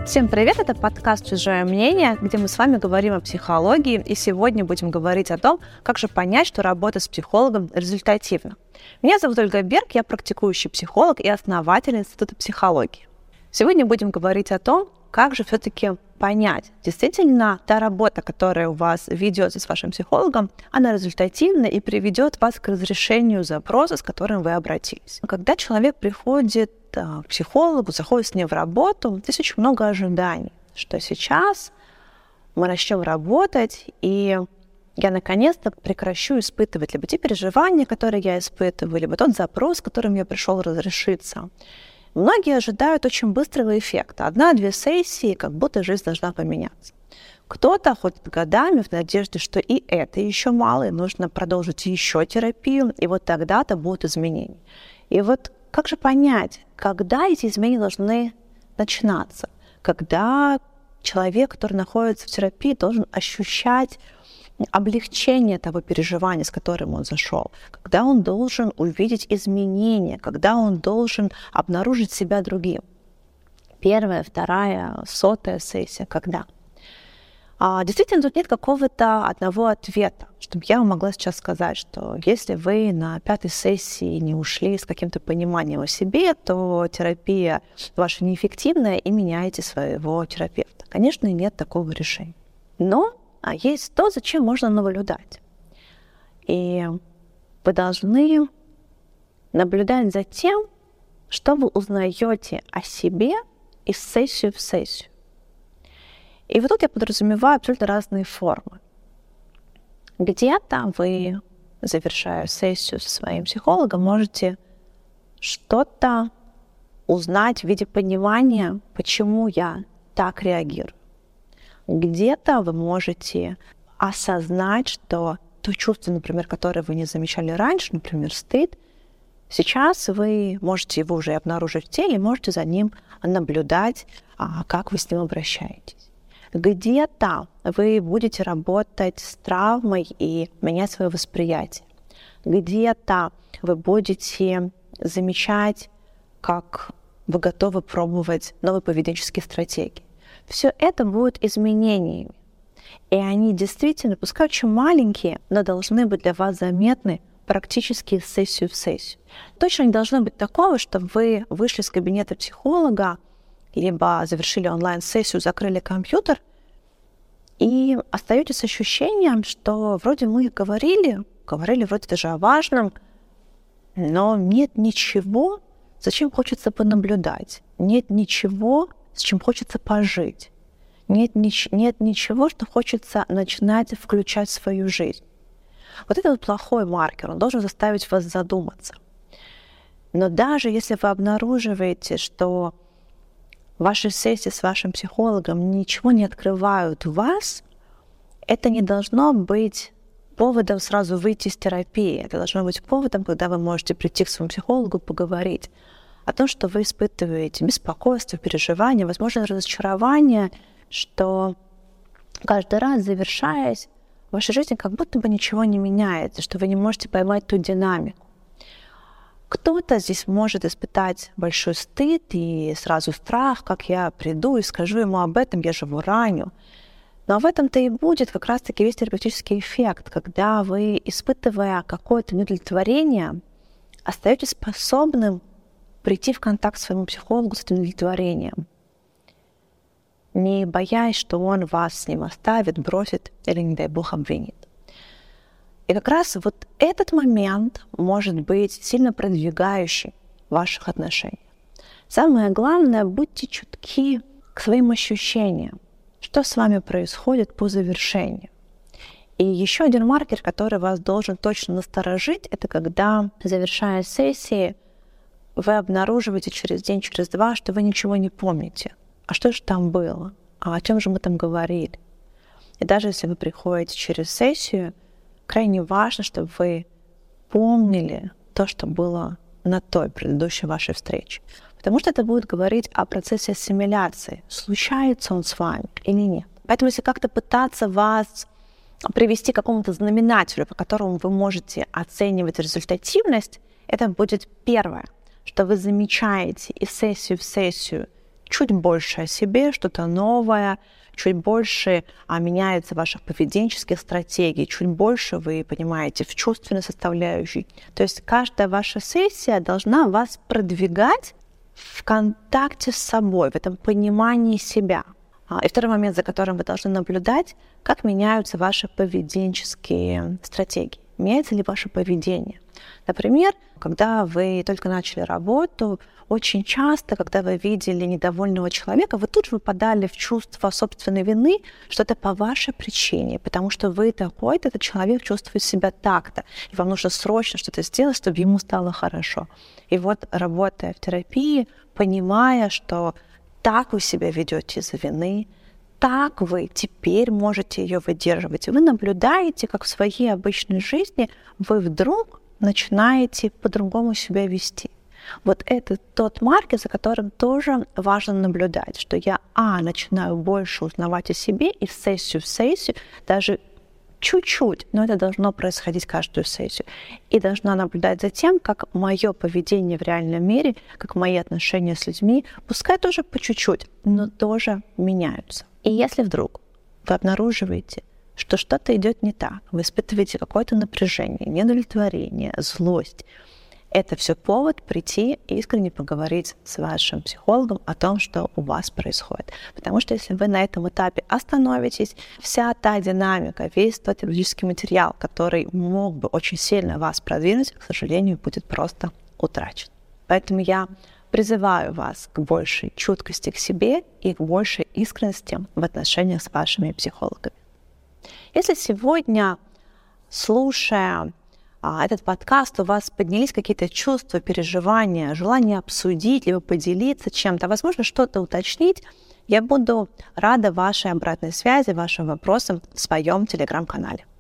Всем привет, это подкаст «Чужое мнение», где мы с вами говорим о психологии, и сегодня будем говорить о том, как же понять, что работа с психологом результативна. Меня зовут Ольга Берг, я практикующий психолог и основатель Института психологии. Сегодня будем говорить о том, как же все-таки понять, действительно та работа, которая у вас ведется с вашим психологом, она результативна и приведет вас к разрешению запроса, с которым вы обратились. Когда человек приходит к психологу, заходит с ним в работу, здесь очень много ожиданий, что сейчас мы начнем работать, и я наконец-то прекращу испытывать либо те переживания, которые я испытываю, либо тот запрос, с которым я пришел разрешиться. Многие ожидают очень быстрого эффекта. 1-2 сессии, как будто жизнь должна поменяться. Кто-то ходит годами в надежде, что и это еще мало, и нужно продолжить еще терапию, и вот тогда-то будут изменения. И вот как же понять, когда эти изменения должны начинаться? Когда человек, который находится в терапии, должен ощущать облегчение того переживания, с которым он зашел, когда он должен увидеть изменения, когда он должен обнаружить себя другим. 1-я, 2-я, 100-я сессия, когда? Действительно, тут нет какого-то одного ответа, чтобы я вам могла сейчас сказать, что если вы на 5-й сессии не ушли с каким-то пониманием о себе, то терапия ваша неэффективная и меняете своего терапевта. Конечно, нет такого решения. Но есть то, зачем можно наблюдать. И вы должны наблюдать за тем, что вы узнаете о себе из сессии в сессию. И вот тут я подразумеваю абсолютно разные формы. Где-то вы, завершая сессию со своим психологом, можете что-то узнать в виде понимания, почему я так реагирую. Где-то вы можете осознать, что то чувство, например, которое вы не замечали раньше, например, стыд, сейчас вы можете его уже обнаружить в теле, можете за ним наблюдать, как вы с ним обращаетесь. Где-то вы будете работать с травмой и менять свое восприятие. Где-то вы будете замечать, как вы готовы пробовать новые поведенческие стратегии. Все это будет изменениями. И они действительно, пускай очень маленькие, но должны быть для вас заметны практически из сессии в сессию. Точно не должно быть такого, что вы вышли из кабинета психолога, либо завершили онлайн-сессию, закрыли компьютер, и остаетесь с ощущением, что вроде мы говорили вроде даже о важном, но нет ничего, зачем хочется понаблюдать. Нет ничего, с чем хочется пожить. Нет ничего, что хочется начинать включать в свою жизнь. Вот это вот плохой маркер, он должен заставить вас задуматься. Но даже если вы обнаруживаете, что ваши сессии с вашим психологом ничего не открывают в вас, это не должно быть поводом сразу выйти из терапии. Это должно быть поводом, когда вы можете прийти к своему психологу, поговорить о том, что вы испытываете беспокойство, переживания, возможно, разочарование, что каждый раз, завершаясь, в вашей жизни как будто бы ничего не меняется, что вы не можете поймать ту динамику. Кто-то здесь может испытать большой стыд и сразу страх, как я приду и скажу ему об этом, я же его раню. Но в этом-то и будет как раз-таки весь терапевтический эффект, когда вы, испытывая какое-то неудовлетворение, остаетесь способным прийти в контакт с своему психологу с этим удовлетворением, не боясь, что он вас с ним оставит, бросит или, не дай бог, обвинит. И как раз вот этот момент может быть сильно продвигающий в ваших отношениях. Самое главное, будьте чутки к своим ощущениям, что с вами происходит по завершению. И еще один маркер, который вас должен точно насторожить, это когда, завершая сессии, вы обнаруживаете через день, через два, что вы ничего не помните. А что же там было? А о чем же мы там говорили? И даже если вы приходите через сессию, крайне важно, чтобы вы помнили то, что было на той предыдущей вашей встрече. Потому что это будет говорить о процессе ассимиляции. Случается он с вами или нет. Поэтому если как-то пытаться вас привести к какому-то знаменателю, по которому вы можете оценивать результативность, это будет первое, что вы замечаете из сессии в сессию чуть больше о себе, что-то новое, чуть больше меняются ваши поведенческие стратегии, чуть больше вы понимаете в чувственной составляющей. То есть каждая ваша сессия должна вас продвигать в контакте с собой, в этом понимании себя. И второй момент, за которым вы должны наблюдать, как меняются ваши поведенческие стратегии. Меняется ли ваше поведение? Например, когда вы только начали работу, очень часто, когда вы видели недовольного человека, вы тут же выпадали в чувство собственной вины, что это по вашей причине, потому что вы такой-то, этот человек чувствует себя так-то, и вам нужно срочно что-то сделать, чтобы ему стало хорошо. И вот, работая в терапии, понимая, что так вы себя ведете из-за вины, так вы теперь можете ее выдерживать. И вы наблюдаете, как в своей обычной жизни вы вдруг начинаете по-другому себя вести. Вот это тот маркер, за которым тоже важно наблюдать, что я, начинаю больше узнавать о себе, и сессию в сессию, даже чуть-чуть, но это должно происходить каждую сессию. И должна наблюдать за тем, как мое поведение в реальном мире, как мои отношения с людьми, пускай тоже по чуть-чуть, но тоже меняются. И если вдруг вы обнаруживаете, что что-то идет не так, вы испытываете какое-то напряжение, неудовлетворение, злость, это все повод прийти и искренне поговорить с вашим психологом о том, что у вас происходит. Потому что если вы на этом этапе остановитесь, вся та динамика, весь тот теоретический материал, который мог бы очень сильно вас продвинуть, к сожалению, будет просто утрачен. Поэтому я призываю вас к большей чуткости к себе и к большей искренности в отношениях с вашими психологами. Если сегодня, слушая этот подкаст, у вас поднялись какие-то чувства, переживания, желание обсудить, либо поделиться чем-то, возможно, что-то уточнить, я буду рада вашей обратной связи, вашим вопросам в своем телеграм-канале.